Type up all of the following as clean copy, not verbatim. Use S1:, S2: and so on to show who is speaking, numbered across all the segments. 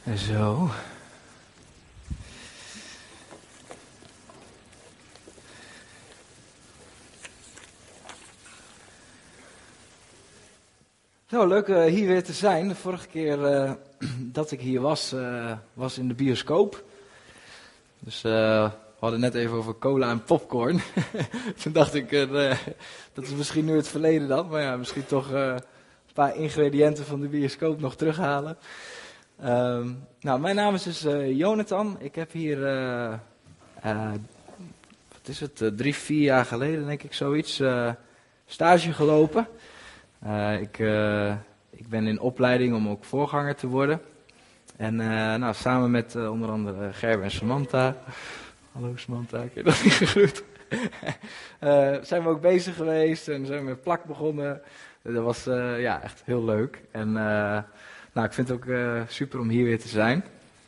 S1: Zo. Zo, leuk hier weer te zijn. De vorige keer dat ik hier was in de bioscoop. Dus we hadden net even over cola en popcorn. Toen dacht ik, dat is misschien nu het verleden dan. Maar ja, misschien toch een paar ingrediënten van de bioscoop nog terughalen. Nou, mijn naam is dus Jonathan. Ik heb hier, wat is het, 3-4 jaar geleden denk ik zoiets, stage gelopen. Ik ben in opleiding om ook voorganger te worden. En nou, samen met onder andere Gerben en Samantha. Hallo Samantha, ik heb nog niet gegroet. Zijn we ook bezig geweest en zijn we met plak begonnen. Dat was ja, echt heel leuk. En nou, ik vind het ook super om hier weer te zijn.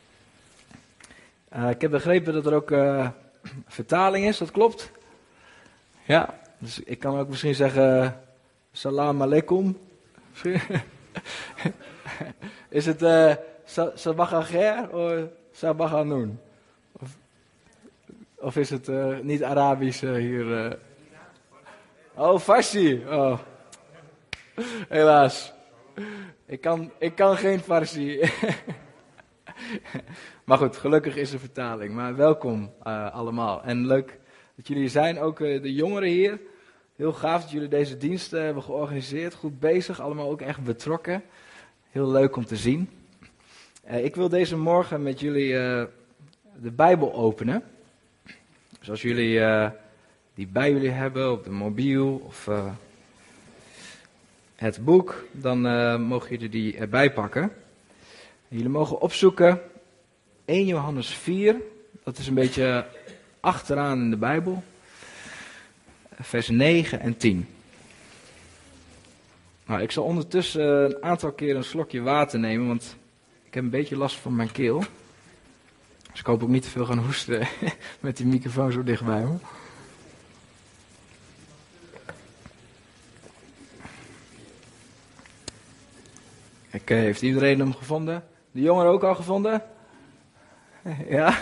S1: Ik heb begrepen dat er ook vertaling is, dat klopt? Ja, dus ik kan ook misschien zeggen, salam alaikum. Is het sabach al-khair of sabach al-noon? Of is het niet Arabisch hier? Oh, Farsi. Oh. Helaas. Ik kan geen Farsi. Maar goed, gelukkig is er vertaling. Maar welkom allemaal. En leuk dat jullie er zijn. Ook de jongeren hier. Heel gaaf dat jullie deze dienst hebben georganiseerd. Goed bezig, allemaal ook echt betrokken. Heel leuk om te zien. Ik wil deze morgen met jullie de Bijbel openen. Dus als jullie die bij jullie hebben op de mobiel of het boek, dan mogen jullie die erbij pakken. En jullie mogen opzoeken 1 Johannes 4. Dat is een beetje achteraan in de Bijbel. Vers 9 en 10. Nou, ik zal ondertussen een aantal keer een slokje water nemen, want ik heb een beetje last van mijn keel. Dus ik hoop ook niet te veel gaan hoesten met die microfoon zo dichtbij me. Heeft iedereen hem gevonden? De jongeren ook al gevonden? Ja?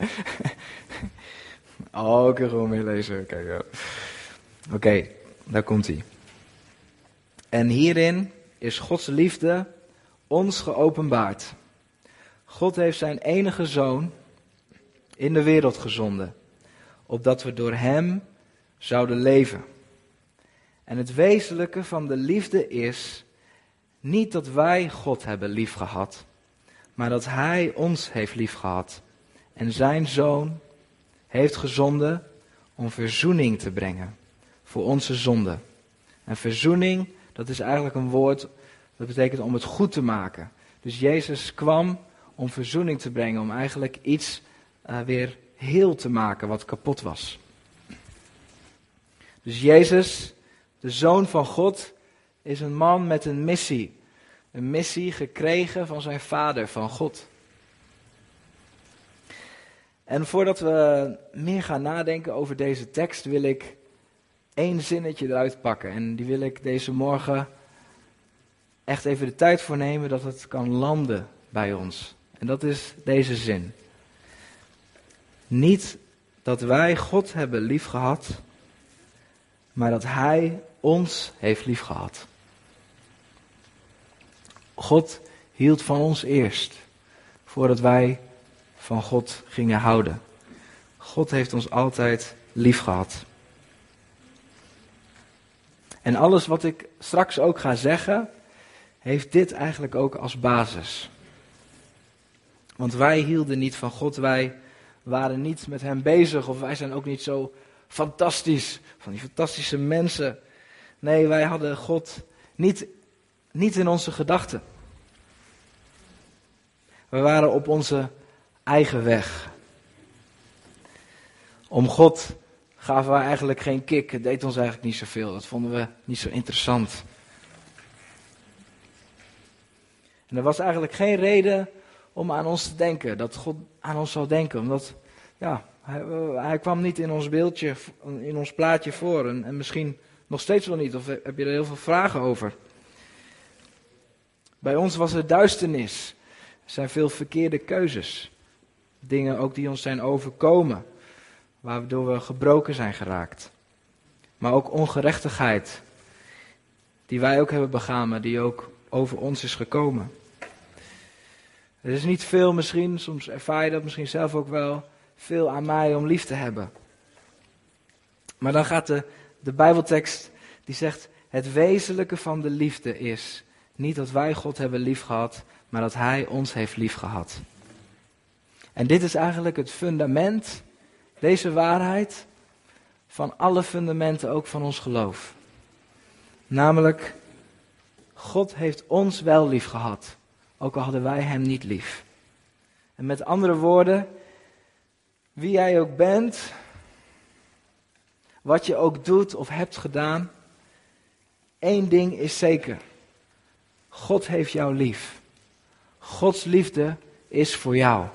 S1: Oh, ik kan gewoon meelezen. Oké, daar komt hij. En hierin is Gods liefde ons geopenbaard. God heeft zijn enige zoon in de wereld gezonden, opdat we door hem zouden leven. En het wezenlijke van de liefde is niet dat wij God hebben liefgehad, maar dat hij ons heeft liefgehad en zijn zoon heeft gezonden om verzoening te brengen voor onze zonden. En verzoening, dat is eigenlijk een woord, dat betekent om het goed te maken. Dus Jezus kwam om verzoening te brengen, om eigenlijk iets weer heel te maken wat kapot was. Dus Jezus, de Zoon van God, is een man met een missie. Een missie gekregen van zijn Vader, van God. En voordat we meer gaan nadenken over deze tekst, wil ik 1 zinnetje eruit pakken. En die wil ik deze morgen echt even de tijd voor nemen dat het kan landen bij ons. En dat is deze zin. Niet dat wij God hebben liefgehad, maar dat hij ons heeft liefgehad. God hield van ons eerst, voordat wij van God gingen houden. God heeft ons altijd liefgehad. En alles wat ik straks ook ga zeggen, heeft dit eigenlijk ook als basis. Want wij hielden niet van God, wij waren niet met hem bezig, of wij zijn ook niet zo fantastisch, van die fantastische mensen. Nee, wij hadden God niet in onze gedachten. We waren op onze eigen weg. Om God gaven wij eigenlijk geen kick, het deed ons eigenlijk niet zoveel, dat vonden we niet zo interessant. En er was eigenlijk geen reden om aan ons te denken, dat God aan ons zou denken, omdat ja, hij kwam niet in ons beeldje, in ons plaatje voor en misschien nog steeds wel niet, of heb je er heel veel vragen over. Bij ons was er duisternis Er zijn veel verkeerde keuzes. Dingen ook die ons zijn overkomen, waardoor we gebroken zijn geraakt. Maar ook ongerechtigheid, die wij ook hebben begaan, maar die ook over ons is gekomen. Er is niet veel misschien, soms ervaar je dat misschien zelf ook wel, veel aan mij om lief te hebben. Maar dan gaat de Bijbeltekst, die zegt, het wezenlijke van de liefde is niet dat wij God hebben lief gehad, maar dat Hij ons heeft lief gehad. En dit is eigenlijk het fundament, deze waarheid, van alle fundamenten ook van ons geloof. Namelijk, God heeft ons wel lief gehad, ook al hadden wij Hem niet lief. En met andere woorden, wie jij ook bent, wat je ook doet of hebt gedaan, één ding is zeker. God heeft jou lief. Gods liefde is voor jou.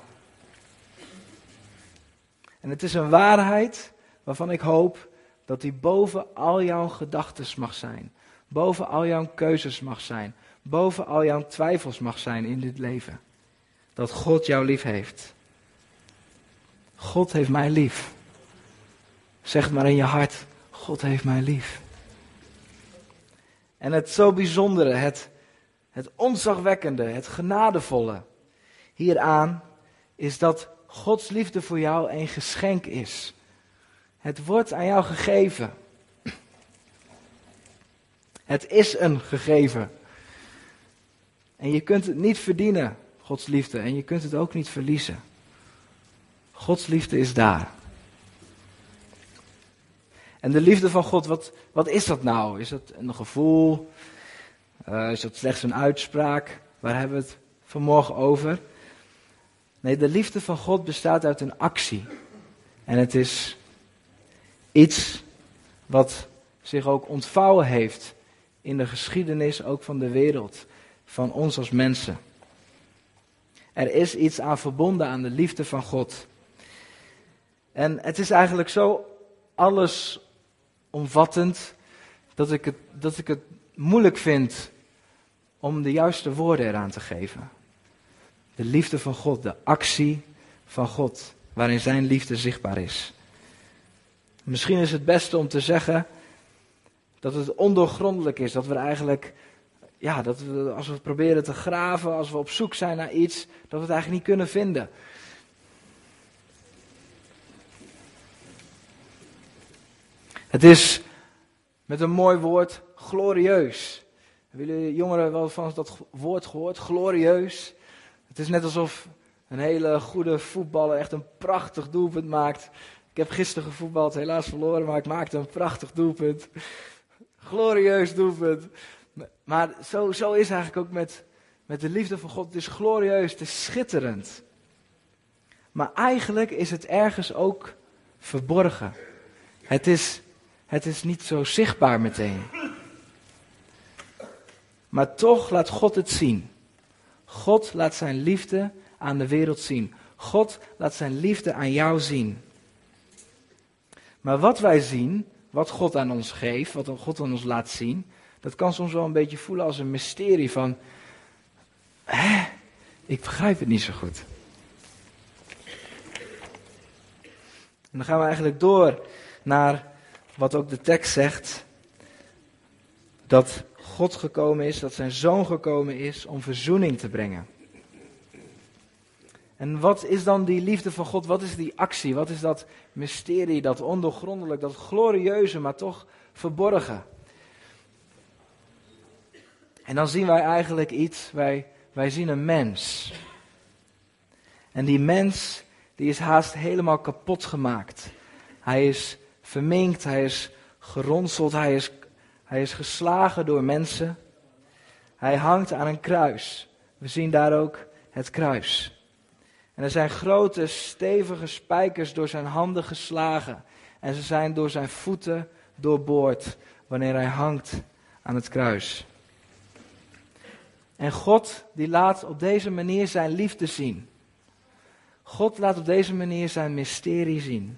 S1: En het is een waarheid waarvan ik hoop dat die boven al jouw gedachten mag zijn. Boven al jouw keuzes mag zijn. Boven al jouw twijfels mag zijn in dit leven. Dat God jou lief heeft. God heeft mij lief. Zeg het maar in je hart. God heeft mij lief. En het zo bijzondere, het ontzagwekkende, het genadevolle hieraan is dat Gods liefde voor jou een geschenk is. Het wordt aan jou gegeven. Het is een gegeven. En je kunt het niet verdienen, Gods liefde, en je kunt het ook niet verliezen. Gods liefde is daar. En de liefde van God, wat is dat nou? Is dat een gevoel? Is dat slechts een uitspraak? Waar hebben we het vanmorgen over? Nee, de liefde van God bestaat uit een actie. En het is iets wat zich ook ontvouwen heeft in de geschiedenis ook van de wereld, van ons als mensen. Er is iets aan verbonden aan de liefde van God. En het is eigenlijk zo allesomvattend dat ik het moeilijk vind om de juiste woorden eraan te geven. De liefde van God, de actie van God, waarin zijn liefde zichtbaar is. Misschien is het beste om te zeggen dat het ondoorgrondelijk is, dat we eigenlijk, dat we als we proberen te graven, als we op zoek zijn naar iets, dat we het eigenlijk niet kunnen vinden. Het is met een mooi woord glorieus. Hebben jullie jongeren wel van dat woord gehoord? Glorieus. Het is net alsof een hele goede voetballer echt een prachtig doelpunt maakt. Ik heb gisteren gevoetbald, helaas verloren, maar ik maakte een prachtig doelpunt. Glorieus doelpunt. Maar zo is eigenlijk ook met de liefde van God. Het is glorieus, het is schitterend. Maar eigenlijk is het ergens ook verborgen. Het is niet zo zichtbaar meteen. Maar toch laat God het zien. God laat zijn liefde aan de wereld zien. God laat zijn liefde aan jou zien. Maar wat wij zien, wat God aan ons geeft, wat God aan ons laat zien, dat kan soms wel een beetje voelen als een mysterie van, ik begrijp het niet zo goed. En dan gaan we eigenlijk door naar wat ook de tekst zegt, dat God gekomen is, dat zijn Zoon gekomen is om verzoening te brengen. En wat is dan die liefde van God? Wat is die actie? Wat is dat mysterie, dat ondoorgrondelijk, dat glorieuze, maar toch verborgen? En dan zien wij eigenlijk iets, wij zien een mens. En die mens, die is haast helemaal kapot gemaakt. Hij is verminkt, hij is geronseld, hij is geslagen door mensen. Hij hangt aan een kruis. We zien daar ook het kruis. En er zijn grote, stevige spijkers door zijn handen geslagen. En ze zijn door zijn voeten doorboord wanneer hij hangt aan het kruis. En God die laat op deze manier zijn liefde zien. God laat op deze manier zijn mysterie zien.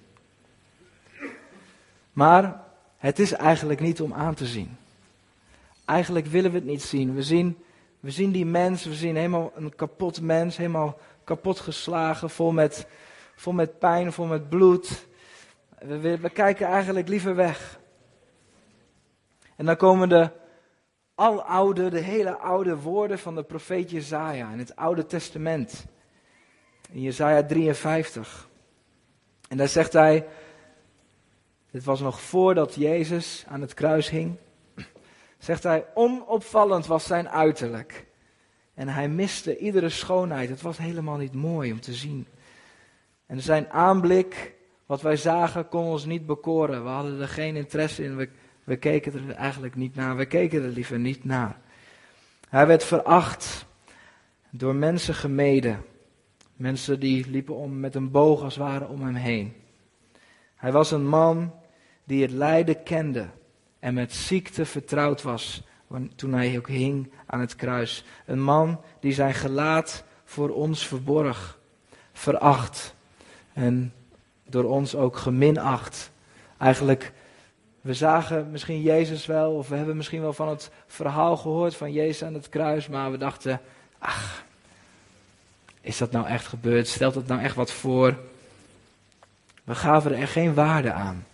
S1: Maar het is eigenlijk niet om aan te zien. Eigenlijk willen we het niet zien. We We zien die mens, we zien helemaal een kapot mens, helemaal kapot geslagen, vol met pijn, vol met bloed. We kijken eigenlijk liever weg. En dan komen de hele oude woorden van de profeet Jesaja in het Oude Testament. In Jesaja 53. En daar zegt hij, dit was nog voordat Jezus aan het kruis hing, zegt hij, onopvallend was zijn uiterlijk. En hij miste iedere schoonheid. Het was helemaal niet mooi om te zien. En zijn aanblik, wat wij zagen, kon ons niet bekoren. We hadden er geen interesse in. We keken er eigenlijk niet naar. We keken er liever niet naar. Hij werd veracht. Door mensen gemeden. Mensen die liepen om met een boog als het ware om hem heen. Hij was een man die het lijden kende. En met ziekte vertrouwd was. Toen hij ook hing aan het kruis. Een man die zijn gelaat voor ons verborg. Veracht. En door ons ook geminacht. Eigenlijk, we zagen misschien Jezus wel, of we hebben misschien wel van het verhaal gehoord van Jezus aan het kruis, maar we dachten, ach, is dat nou echt gebeurd? Stelt het nou echt wat voor? We gaven er geen waarde aan.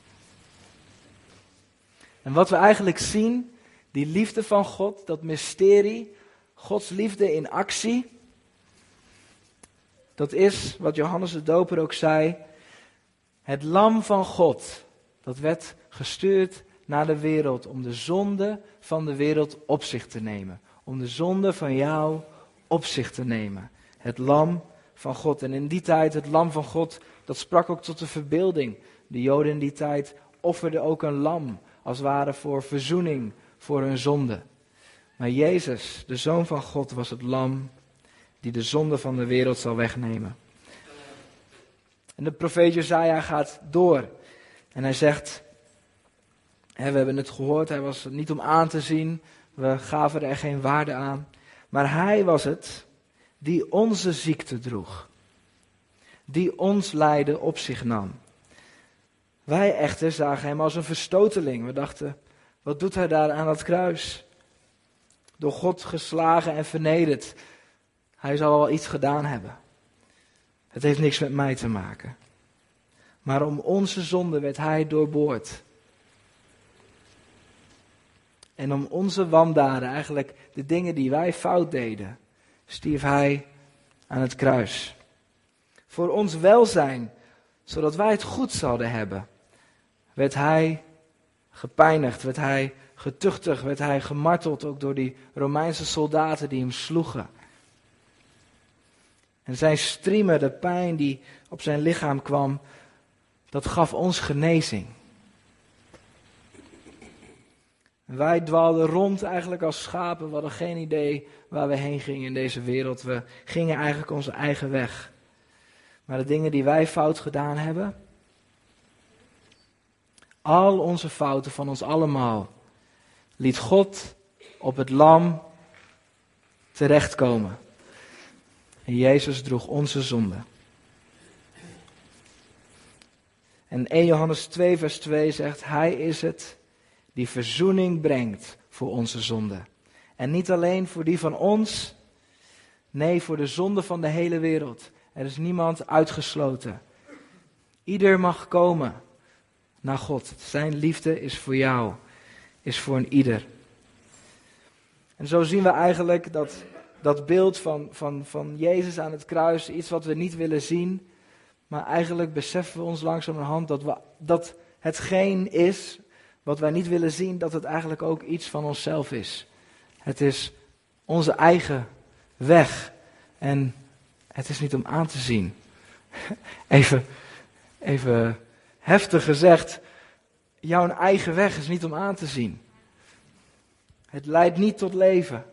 S1: En wat we eigenlijk zien, die liefde van God, dat mysterie, Gods liefde in actie, dat is wat Johannes de Doper ook zei, het lam van God, dat werd gestuurd naar de wereld om de zonde van de wereld op zich te nemen. Om de zonde van jou op zich te nemen. Het lam van God. En in die tijd, het lam van God, dat sprak ook tot de verbeelding. De Joden in die tijd offerden ook een lam, als het ware voor verzoening voor hun zonde. Maar Jezus, de Zoon van God, was het lam die de zonde van de wereld zal wegnemen. En de profeet Jesaja gaat door. En hij zegt, we hebben het gehoord, hij was niet om aan te zien. We gaven er geen waarde aan. Maar hij was het die onze ziekte droeg. Die ons lijden op zich nam. Wij echter zagen hem als een verstoteling. We dachten, wat doet hij daar aan het kruis? Door God geslagen en vernederd. Hij zal wel iets gedaan hebben. Het heeft niks met mij te maken. Maar om onze zonde werd hij doorboord. En om onze wandaden, eigenlijk de dingen die wij fout deden, stierf hij aan het kruis. Voor ons welzijn, zodat wij het goed zouden hebben, werd hij gepijnigd, werd hij getuchtigd, werd hij gemarteld, ook door die Romeinse soldaten die hem sloegen. En zijn striemen, de pijn die op zijn lichaam kwam, dat gaf ons genezing. Wij dwaalden rond eigenlijk als schapen, we hadden geen idee waar we heen gingen in deze wereld. We gingen eigenlijk onze eigen weg. Maar de dingen die wij fout gedaan hebben, al onze fouten van ons allemaal, liet God op het lam terechtkomen. En Jezus droeg onze zonde. En 1 Johannes 2 vers 2 zegt, hij is het die verzoening brengt voor onze zonde. En niet alleen voor die van ons, nee, voor de zonde van de hele wereld. Er is niemand uitgesloten. Ieder mag komen naar God. Zijn liefde is voor jou, is voor een ieder. En zo zien we eigenlijk dat beeld van Jezus aan het kruis, iets wat we niet willen zien. Maar eigenlijk beseffen we ons langzamerhand dat hetgeen is wat wij niet willen zien, dat het eigenlijk ook iets van onszelf is. Het is onze eigen weg. En het is niet om aan te zien. Even heftig gezegd, jouw eigen weg is niet om aan te zien. Het leidt niet tot leven.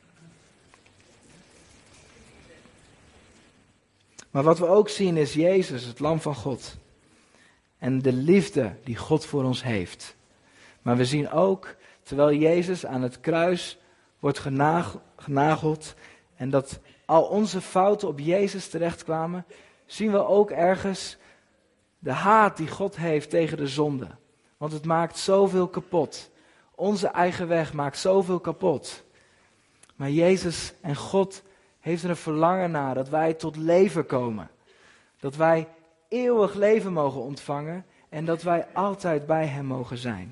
S1: Maar wat we ook zien is Jezus, het lam van God. En de liefde die God voor ons heeft. Maar we zien ook, terwijl Jezus aan het kruis wordt genageld en dat al onze fouten op Jezus terechtkwamen, zien we ook ergens de haat die God heeft tegen de zonde. Want het maakt zoveel kapot. Onze eigen weg maakt zoveel kapot. Maar Jezus en God heeft er een verlangen naar dat wij tot leven komen. Dat wij eeuwig leven mogen ontvangen en dat wij altijd bij hem mogen zijn.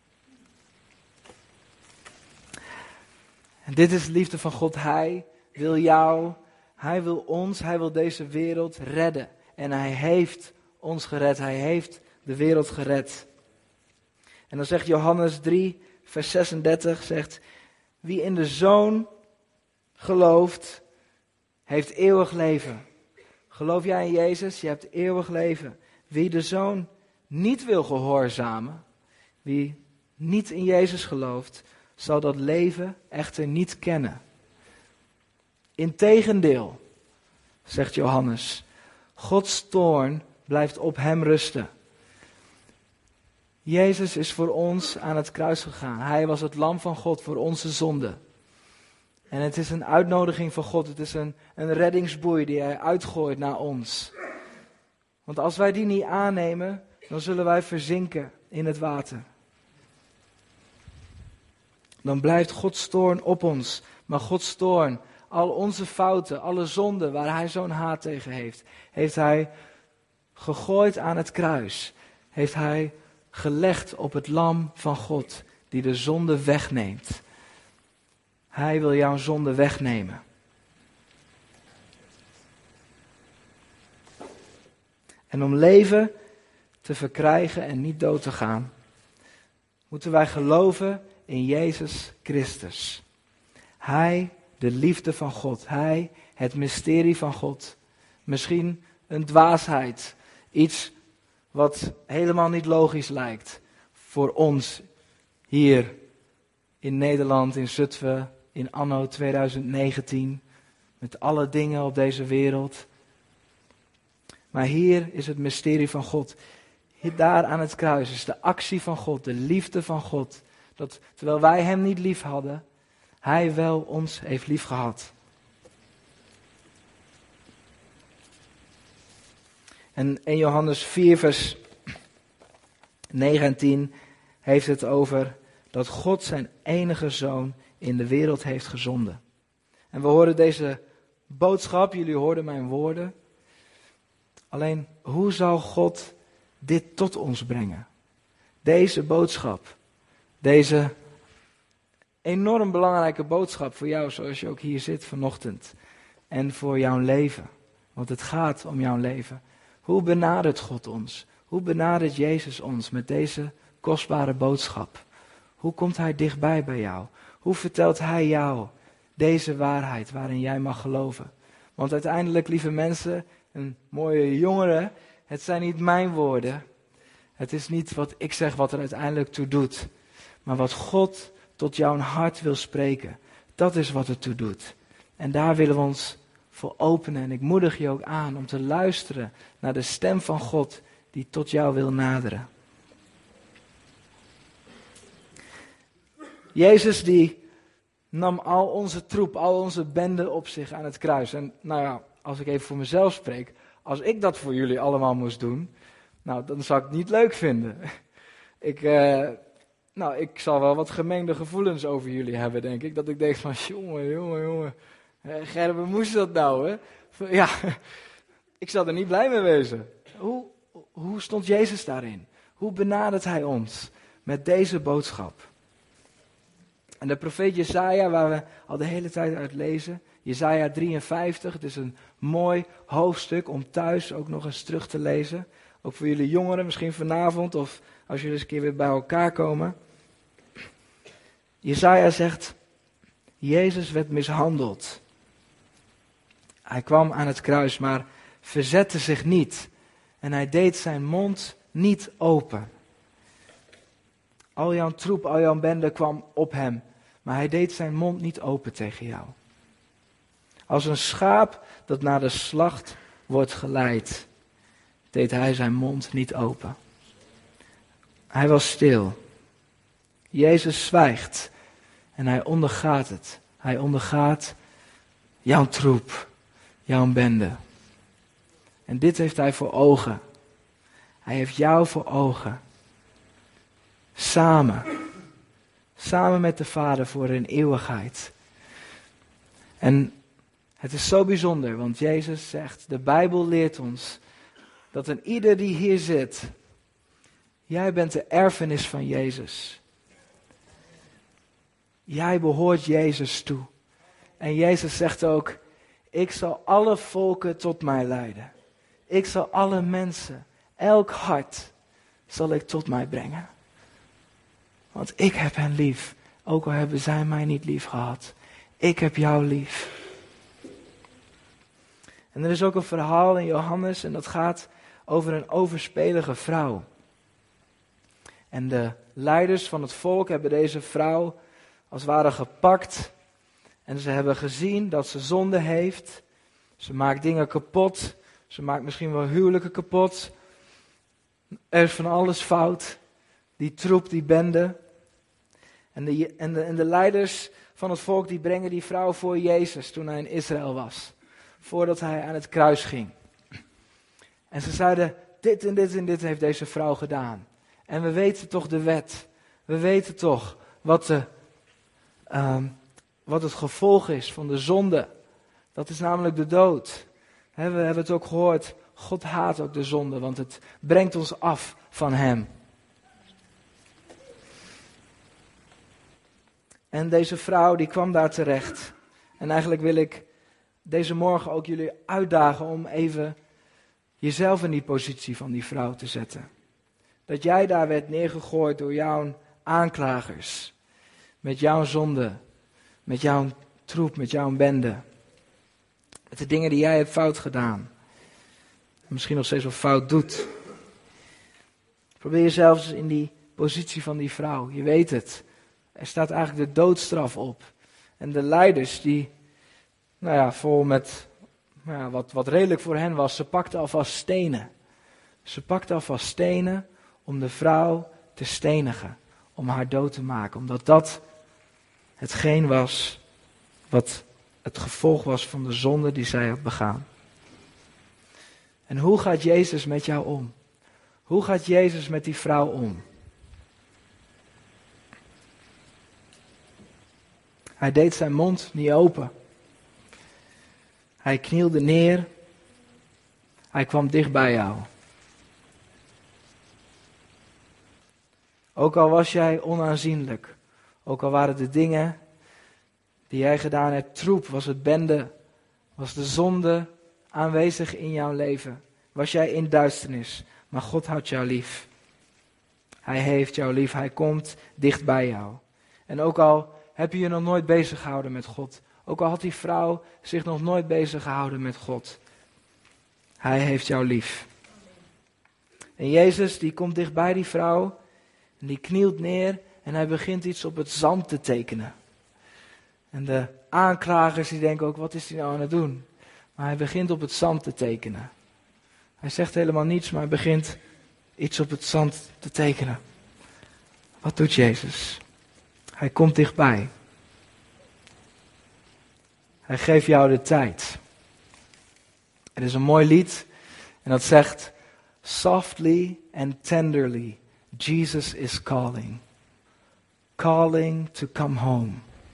S1: En dit is de liefde van God. Hij wil jou, hij wil ons, hij wil deze wereld redden. En hij heeft ons gered, hij heeft de wereld gered. En dan zegt Johannes 3, vers 36, zegt, wie in de Zoon gelooft, heeft eeuwig leven. Geloof jij in Jezus, je hebt eeuwig leven. Wie de Zoon niet wil gehoorzamen, wie niet in Jezus gelooft, zal dat leven echter niet kennen. Integendeel, zegt Johannes, Gods toorn blijft op hem rusten. Jezus is voor ons aan het kruis gegaan. Hij was het lam van God voor onze zonde. En het is een uitnodiging van God. Het is een reddingsboei die hij uitgooit naar ons. Want als wij die niet aannemen, dan zullen wij verzinken in het water. Dan blijft Gods toorn op ons. Maar Gods toorn, al onze fouten, alle zonden waar hij zo'n haat tegen heeft, heeft hij gegooid aan het kruis. Heeft hij gelegd op het lam van God, die de zonde wegneemt. Hij wil jouw zonde wegnemen. En om leven te verkrijgen en niet dood te gaan, moeten wij geloven in Jezus Christus. Hij, de liefde van God. Hij, het mysterie van God. Misschien een dwaasheid. Iets wat helemaal niet logisch lijkt. Voor ons hier in Nederland, in Zutphen, in anno 2019. Met alle dingen op deze wereld. Maar hier is het mysterie van God. Hier daar aan het kruis is de actie van God, de liefde van God. Dat terwijl wij hem niet lief hadden, hij wel ons heeft lief gehad. En in Johannes 4 vers 9 en 10 heeft het over dat God zijn enige zoon in de wereld heeft gezonden. En we horen deze boodschap, jullie hoorden mijn woorden. Alleen, hoe zal God dit tot ons brengen? Deze boodschap, deze enorm belangrijke boodschap voor jou, zoals je ook hier zit vanochtend. En voor jouw leven, want het gaat om jouw leven. Hoe benadert God ons? Hoe benadert Jezus ons met deze kostbare boodschap? Hoe komt hij dichtbij bij jou? Hoe vertelt hij jou deze waarheid waarin jij mag geloven? Want uiteindelijk, lieve mensen, en mooie jongeren, het zijn niet mijn woorden. Het is niet wat ik zeg wat er uiteindelijk toe doet. Maar wat God tot jouw hart wil spreken. Dat is wat het toe doet. En daar willen we ons voor openen. En ik moedig je ook aan om te luisteren naar de stem van God die tot jou wil naderen. Jezus die nam al onze troep, al onze bende op zich aan het kruis. En nou ja, als ik even voor mezelf spreek, als ik dat voor jullie allemaal moest doen, nou dan zou ik het niet leuk vinden. Ik zal wel wat gemengde gevoelens over jullie hebben, denk ik. Dat ik denk van, jongen. Gerben, moest dat nou, hè? Ja, ik zal er niet blij mee wezen. Hoe stond Jezus daarin? Hoe benadert hij ons met deze boodschap? En de profeet Jesaja, waar we al de hele tijd uit lezen, Jesaja 53, het is een mooi hoofdstuk om thuis ook nog eens terug te lezen. Ook voor jullie jongeren, misschien vanavond of als jullie eens een keer weer bij elkaar komen. Jesaja zegt, Jezus werd mishandeld. Hij kwam aan het kruis, maar verzette zich niet. En hij deed zijn mond niet open. Al jouw troep, al jouw bende kwam op hem. Maar hij deed zijn mond niet open tegen jou. Als een schaap dat naar de slacht wordt geleid, deed hij zijn mond niet open. Hij was stil. Jezus zwijgt en hij ondergaat het. Hij ondergaat jouw troep, jouw bende. En dit heeft hij voor ogen. Hij heeft jou voor ogen. Samen met de Vader voor een eeuwigheid. En het is zo bijzonder, want Jezus zegt, de Bijbel leert ons dat een ieder die hier zit, jij bent de erfenis van Jezus. Jij behoort Jezus toe. En Jezus zegt ook, ik zal alle volken tot mij leiden. Ik zal alle mensen, elk hart, zal ik tot mij brengen. Want ik heb hen lief, ook al hebben zij mij niet lief gehad. Ik heb jou lief. En er is ook een verhaal in Johannes en dat gaat over een overspelige vrouw. En de leiders van het volk hebben deze vrouw als het ware gepakt. En ze hebben gezien dat ze zonde heeft. Ze maakt dingen kapot. Ze maakt misschien wel huwelijken kapot. Er is van alles fout. Die troep, die bende. En de leiders van het volk die brengen die vrouw voor Jezus toen hij in Israël was. Voordat hij aan het kruis ging. En ze zeiden, dit en dit en dit heeft deze vrouw gedaan. En we weten toch de wet. We weten toch wat het gevolg is van de zonde. Dat is namelijk de dood. We hebben het ook gehoord. God haat ook de zonde, want het brengt ons af van hem. En deze vrouw die kwam daar terecht. En eigenlijk wil ik deze morgen ook jullie uitdagen om even jezelf in die positie van die vrouw te zetten. Dat jij daar werd neergegooid door jouw aanklagers. Met jouw zonde. Met jouw troep, met jouw bende. Met de dingen die jij hebt fout gedaan. Misschien nog steeds wel fout doet. Probeer jezelf eens in die positie van die vrouw. Je weet het. Er staat eigenlijk de doodstraf op. En de leiders die, vol met wat redelijk voor hen was, ze pakten alvast stenen. Ze pakten alvast stenen om de vrouw te stenigen. Om haar dood te maken. Omdat dat hetgeen was wat het gevolg was van de zonde die zij had begaan. En hoe gaat Jezus met jou om? Hoe gaat Jezus met die vrouw om? Hij deed zijn mond niet open. Hij knielde neer. Hij kwam dicht bij jou. Ook al was jij onaanzienlijk. Ook al waren de dingen die jij gedaan hebt troep, was het bende, was de zonde aanwezig in jouw leven. Was jij in duisternis, maar God houdt jou lief. Hij heeft jou lief, hij komt dicht bij jou. En ook al heb je je nog nooit bezig gehouden met God, ook al had die vrouw zich nog nooit bezig gehouden met God, hij heeft jou lief. En Jezus die komt dicht bij die vrouw en die knielt neer en hij begint iets op het zand te tekenen. En de aanklagers die denken ook, wat is hij nou aan het doen? Maar hij begint op het zand te tekenen. Hij zegt helemaal niets, maar hij begint iets op het zand te tekenen. Wat doet Jezus? Hij komt dichtbij. Hij geeft jou de tijd. Er is een mooi lied en dat zegt, softly and tenderly, Jesus is calling. Calling to come home.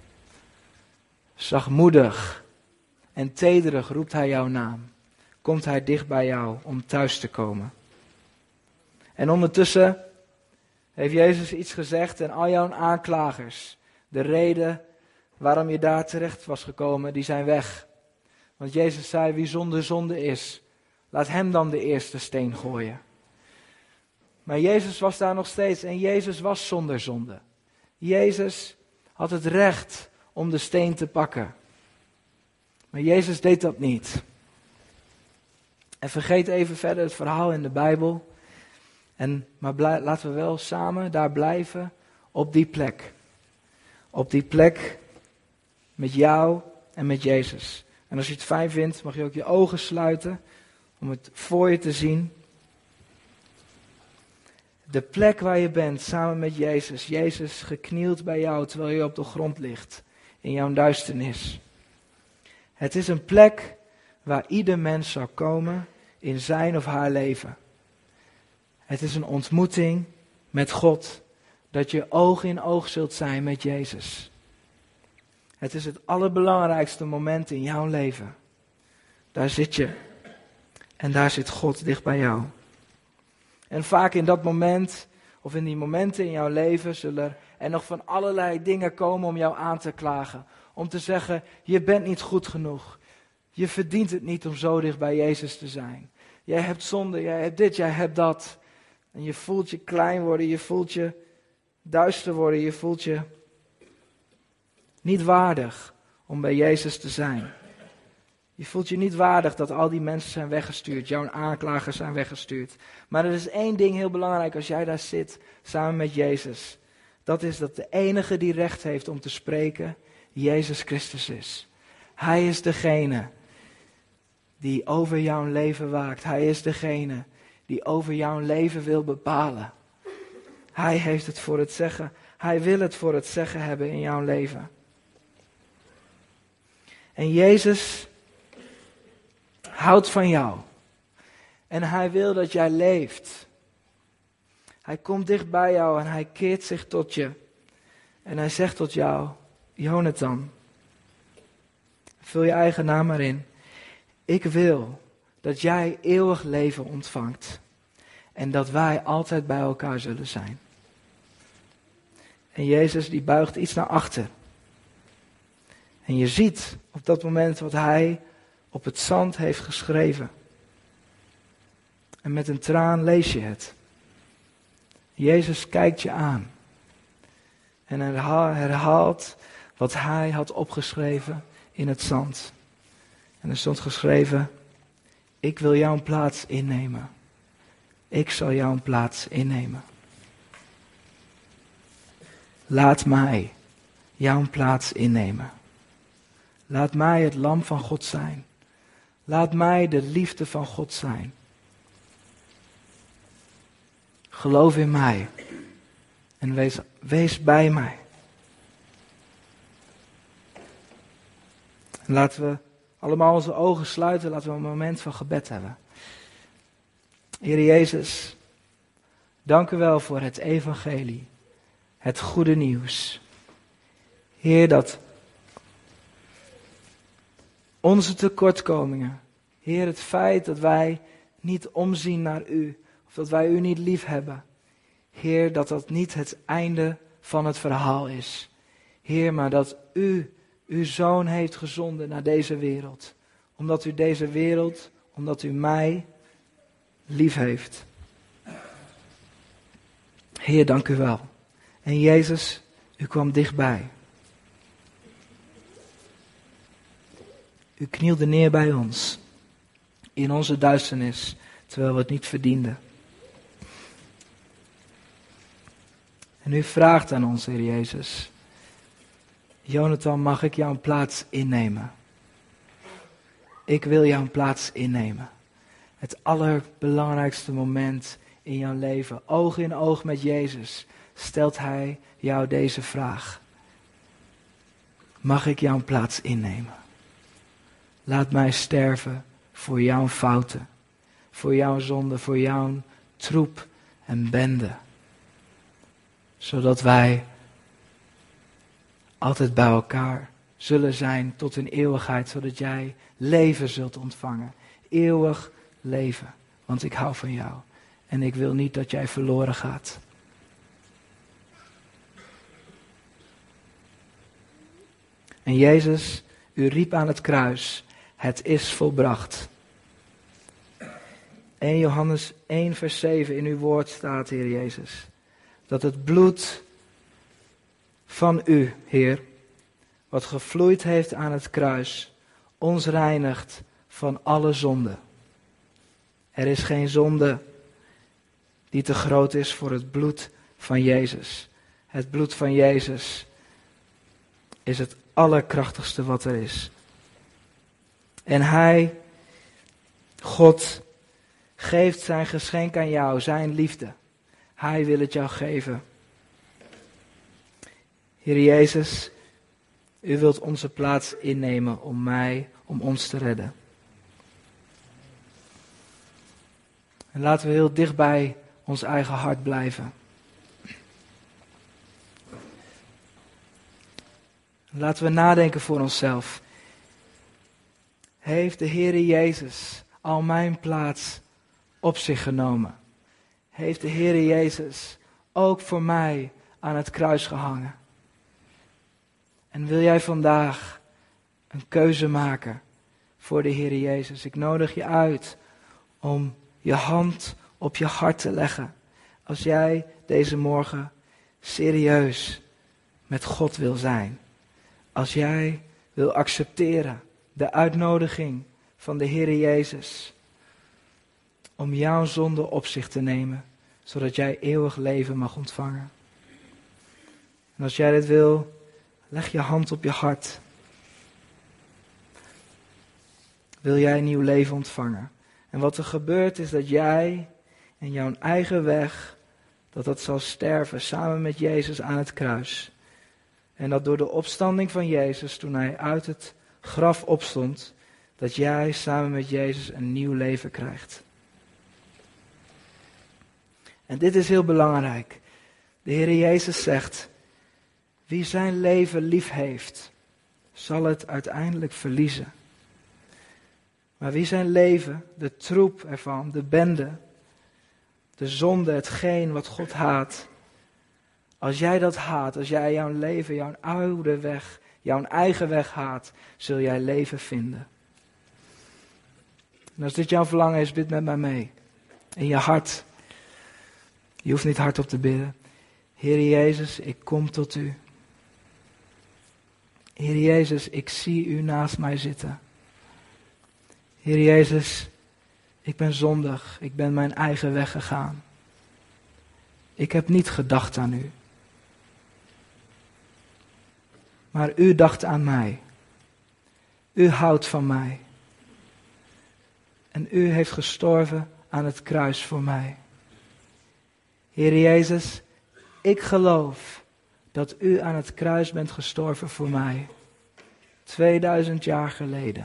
S1: Zachtmoedig en tederig roept hij jouw naam. Komt hij dicht bij jou om thuis te komen. En ondertussen heeft Jezus iets gezegd en al jouw aanklagers, de reden waarom je daar terecht was gekomen, die zijn weg. Want Jezus zei, wie zonder zonde is, laat hem dan de eerste steen gooien. Maar Jezus was daar nog steeds en Jezus was zonder zonde. Jezus had het recht om de steen te pakken. Maar Jezus deed dat niet. En vergeet even verder het verhaal in de Bijbel. Maar laten we wel samen daar blijven op die plek. Op die plek met jou en met Jezus. En als je het fijn vindt, mag je ook je ogen sluiten om het voor je te zien. De plek waar je bent samen met Jezus. Jezus geknield bij jou terwijl je op de grond ligt. In jouw duisternis. Het is een plek waar ieder mens zal komen in zijn of haar leven. Het is een ontmoeting met God. Dat je oog in oog zult zijn met Jezus. Het is het allerbelangrijkste moment in jouw leven. Daar zit je. En daar zit God dicht bij jou. En vaak in dat moment, of in die momenten in jouw leven, zullen er nog van allerlei dingen komen om jou aan te klagen. Om te zeggen, je bent niet goed genoeg. Je verdient het niet om zo dicht bij Jezus te zijn. Jij hebt zonde, jij hebt dit, jij hebt dat. En je voelt je klein worden, je voelt je duister worden, je voelt je niet waardig om bij Jezus te zijn. Je voelt je niet waardig dat al die mensen zijn weggestuurd, jouw aanklagers zijn weggestuurd. Maar er is één ding heel belangrijk als jij daar zit, samen met Jezus. Dat is dat de enige die recht heeft om te spreken, Jezus Christus is. Hij is degene die over jouw leven waakt. Hij is degene die over jouw leven wil bepalen. Hij heeft het voor het zeggen. Hij wil het voor het zeggen hebben in jouw leven. En Jezus houdt van jou. En hij wil dat jij leeft. Hij komt dicht bij jou en hij keert zich tot je. En hij zegt tot jou, Jonathan, vul je eigen naam maar in. Ik wil dat jij eeuwig leven ontvangt. En dat wij altijd bij elkaar zullen zijn. En Jezus die buigt iets naar achter. En je ziet op dat moment wat hij op het zand heeft geschreven. En met een traan lees je het. Jezus kijkt je aan. En herhaalt wat hij had opgeschreven in het zand. En er stond geschreven, ik wil jouw plaats innemen. Ik zal jouw plaats innemen. Laat mij jouw plaats innemen. Laat mij het lam van God zijn. Laat mij de liefde van God zijn. Geloof in mij. En wees bij mij. En laten we allemaal onze ogen sluiten. Laten we een moment van gebed hebben. Heer Jezus, dank u wel voor het evangelie. Het goede nieuws. Heer, dat onze tekortkomingen, Heer, het feit dat wij niet omzien naar u, of dat wij u niet lief hebben, Heer, dat dat niet het einde van het verhaal is. Heer, maar dat u uw Zoon heeft gezonden naar deze wereld. Omdat u deze wereld, omdat u mij lief heeft. Heer, dank u wel. En Jezus, u kwam dichtbij. U knielde neer bij ons. In onze duisternis, terwijl we het niet verdienden. En u vraagt aan ons, Heer Jezus. Jonathan, mag ik jouw plaats innemen? Ik wil jouw plaats innemen. Het allerbelangrijkste moment in jouw leven, oog in oog met Jezus, stelt hij jou deze vraag. Mag ik jouw plaats innemen? Laat mij sterven voor jouw fouten, voor jouw zonde, voor jouw troep en bende. Zodat wij altijd bij elkaar zullen zijn tot in eeuwigheid, zodat jij leven zult ontvangen. Eeuwig leven, want ik hou van jou en ik wil niet dat jij verloren gaat. En Jezus, u riep aan het kruis, het is volbracht. 1 Johannes 1 vers 7 in uw woord staat, Heer Jezus, dat het bloed van u, Heer, wat gevloeid heeft aan het kruis, ons reinigt van alle zonde. Er is geen zonde die te groot is voor het bloed van Jezus. Het bloed van Jezus is het allerkrachtigste wat er is. En Hij, God, geeft zijn geschenk aan jou, zijn liefde. Hij wil het jou geven. Heer Jezus, u wilt onze plaats innemen om ons te redden. En laten we heel dicht bij ons eigen hart blijven. Laten we nadenken voor onszelf. Heeft de Heere Jezus al mijn plaats op zich genomen? Heeft de Heere Jezus ook voor mij aan het kruis gehangen? En wil jij vandaag een keuze maken voor de Heere Jezus? Ik nodig je uit om je hand op je hart te leggen. Als jij deze morgen serieus met God wil zijn. Als jij wil accepteren de uitnodiging van de Heere Jezus. Om jouw zonde op zich te nemen. Zodat jij eeuwig leven mag ontvangen. En als jij dit wil, leg je hand op je hart. Wil jij een nieuw leven ontvangen? En wat er gebeurt is dat jij en jouw eigen weg, dat zal sterven samen met Jezus aan het kruis. En dat door de opstanding van Jezus, toen hij uit het graf opstond, dat jij samen met Jezus een nieuw leven krijgt. En dit is heel belangrijk. De Heer Jezus zegt, wie zijn leven lief heeft, zal het uiteindelijk verliezen. Maar wie zijn leven, de troep ervan, de bende, de zonde, hetgeen wat God haat. Als jij dat haat, als jij jouw leven, jouw oude weg, jouw eigen weg haat, zul jij leven vinden. En als dit jouw verlangen is, bid met mij mee. In je hart. Je hoeft niet hardop te bidden. Heer Jezus, ik kom tot u. Heer Jezus, ik zie u naast mij zitten. Heer Jezus, ik ben zondig. Ik ben mijn eigen weg gegaan. Ik heb niet gedacht aan u. Maar u dacht aan mij. U houdt van mij. En u heeft gestorven aan het kruis voor mij. Heer Jezus, ik geloof dat u aan het kruis bent gestorven voor mij. 2000 jaar geleden.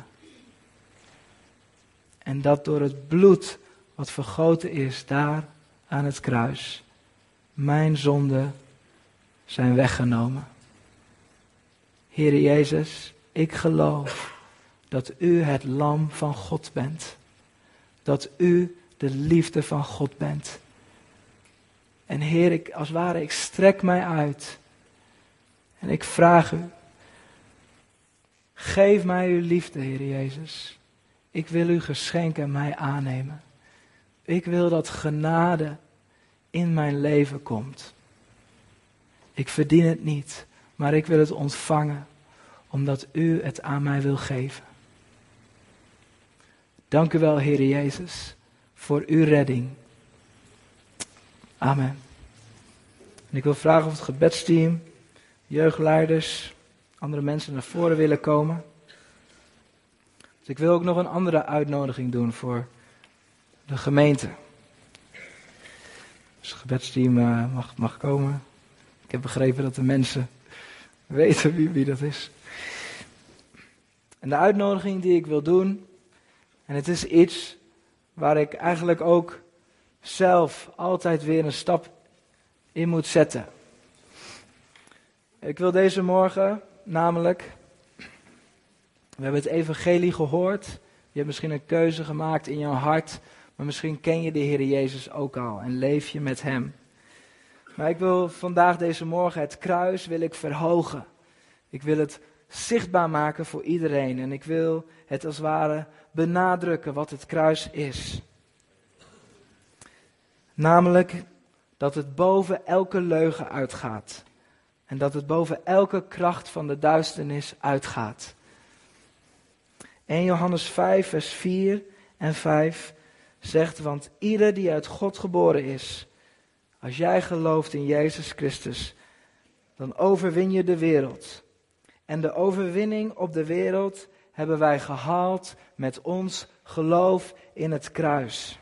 S1: En dat door het bloed wat vergoten is daar aan het kruis, mijn zonden zijn weggenomen. Heer Jezus, ik geloof dat u het lam van God bent. Dat u de liefde van God bent. En Heer, ik strek mij uit. En ik vraag u, geef mij uw liefde, Heer Jezus. Ik wil uw geschenk en mij aannemen. Ik wil dat genade in mijn leven komt. Ik verdien het niet, maar ik wil het ontvangen, omdat u het aan mij wil geven. Dank u wel, Heer Jezus, voor uw redding. Amen. En ik wil vragen of het gebedsteam, jeugdleiders, andere mensen naar voren willen komen. Dus ik wil ook nog een andere uitnodiging doen voor de gemeente. Dus het gebedsteam mag komen. Ik heb begrepen dat de mensen weten wie dat is. En de uitnodiging die ik wil doen, en het is iets waar ik eigenlijk ook zelf altijd weer een stap in moet zetten. Ik wil deze morgen namelijk, we hebben het evangelie gehoord. Je hebt misschien een keuze gemaakt in jouw hart, maar misschien ken je de Heer Jezus ook al en leef je met hem. Maar ik wil vandaag, deze morgen, het kruis wil ik verhogen. Ik wil het zichtbaar maken voor iedereen en ik wil het als het ware benadrukken wat het kruis is. Namelijk dat het boven elke leugen uitgaat. En dat het boven elke kracht van de duisternis uitgaat. 1 Johannes 5 vers 4 en 5 zegt, want ieder die uit God geboren is, als jij gelooft in Jezus Christus, dan overwin je de wereld. En de overwinning op de wereld hebben wij gehaald met ons geloof in het kruis.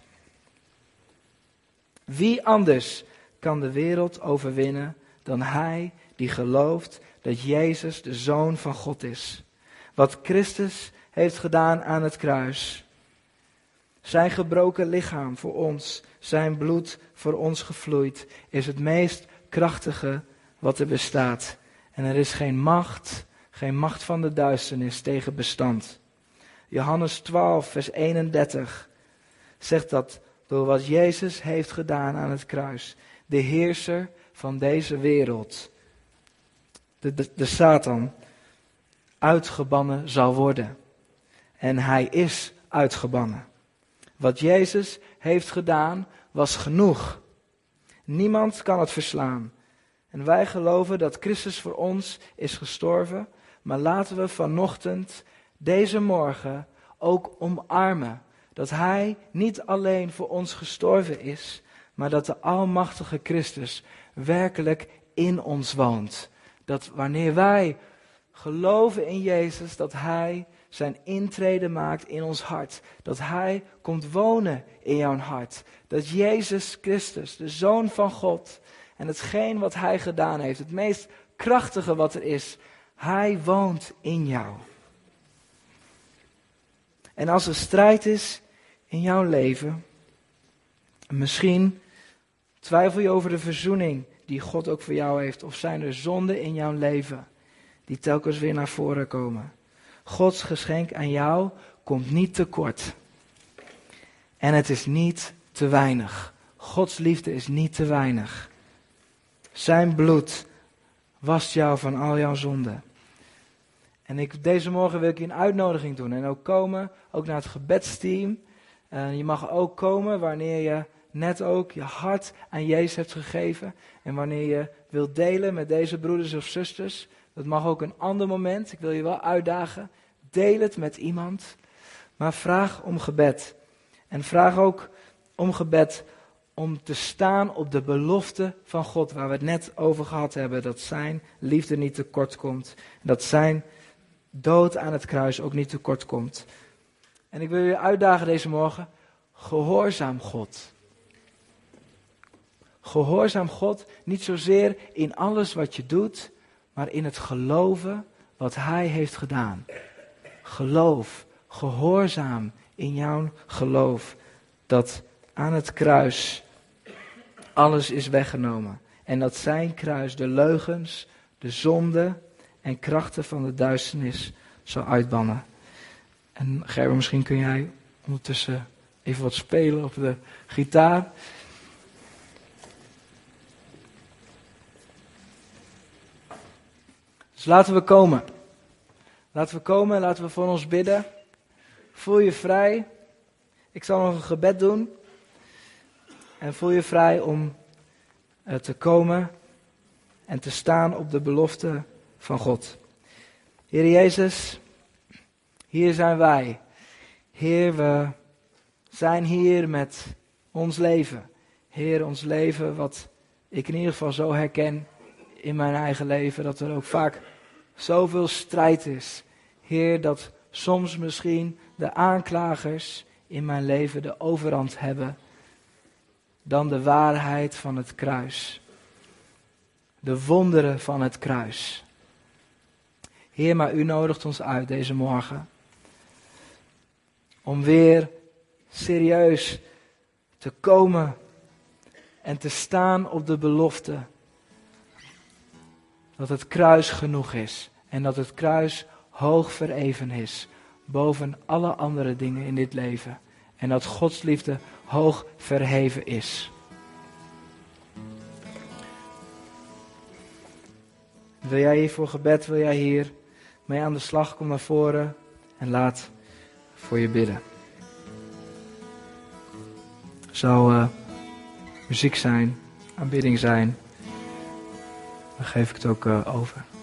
S1: Wie anders kan de wereld overwinnen dan hij die gelooft dat Jezus de Zoon van God is? Wat Christus heeft gedaan aan het kruis. Zijn gebroken lichaam voor ons, zijn bloed voor ons gevloeid, is het meest krachtige wat er bestaat. En er is geen macht, geen macht van de duisternis tegen bestand. Johannes 12, vers 31 zegt dat door wat Jezus heeft gedaan aan het kruis, de heerser van deze wereld, de Satan, uitgebannen zal worden. En hij is uitgebannen. Wat Jezus heeft gedaan was genoeg. Niemand kan het verslaan. En wij geloven dat Christus voor ons is gestorven, maar laten we vanochtend, deze morgen, ook omarmen dat hij niet alleen voor ons gestorven is, maar dat de almachtige Christus werkelijk in ons woont. Dat wanneer wij geloven in Jezus, dat hij zijn intrede maakt in ons hart. Dat hij komt wonen in jouw hart. Dat Jezus Christus, de Zoon van God, en hetgeen wat hij gedaan heeft, het meest krachtige wat er is, hij woont in jou. En als er strijd is in jouw leven, misschien twijfel je over de verzoening die God ook voor jou heeft, of zijn er zonden in jouw leven die telkens weer naar voren komen. Gods geschenk aan jou komt niet tekort. En het is niet te weinig. Gods liefde is niet te weinig. Zijn bloed wast jou van al jouw zonden. En deze morgen wil ik je een uitnodiging doen. En ook komen, ook naar het gebedsteam. Je mag ook komen wanneer je net ook je hart aan Jezus hebt gegeven. En wanneer je wilt delen met deze broeders of zusters. Dat mag ook een ander moment. Ik wil je wel uitdagen. Deel het met iemand. Maar vraag om gebed. En vraag ook om gebed om te staan op de belofte van God. Waar we het net over gehad hebben. Dat zijn liefde niet tekort komt. Dat zijn dood aan het kruis ook niet tekort komt. En ik wil je uitdagen deze morgen. Gehoorzaam God. Gehoorzaam God, niet zozeer in alles wat je doet, maar in het geloven wat hij heeft gedaan. Geloof, gehoorzaam in jouw geloof, dat aan het kruis alles is weggenomen. En dat zijn kruis de leugens, de zonde en krachten van de duisternis zal uitbannen. En Gerber, misschien kun jij ondertussen even wat spelen op de gitaar. Dus laten we komen. Laten we komen, laten we voor ons bidden. Voel je vrij. Ik zal nog een gebed doen. En voel je vrij om te komen en te staan op de belofte van God. Heer Jezus, hier zijn wij. Heer, we zijn hier met ons leven. Heer, ons leven wat ik in ieder geval zo herken in mijn eigen leven, dat er ook vaak zoveel strijd is. Heer, dat soms misschien de aanklagers in mijn leven de overhand hebben dan de waarheid van het kruis. De wonderen van het kruis. Heer, maar u nodigt ons uit deze morgen om weer serieus te komen en te staan op de belofte dat het kruis genoeg is en dat het kruis hoog verheven is boven alle andere dingen in dit leven en dat Gods liefde hoog verheven is. Wil jij hier voor gebed, wil jij hier mee aan de slag, kom naar voren en laat voor je bidden. Zou muziek zijn, aanbidding zijn, dan geef ik het ook over.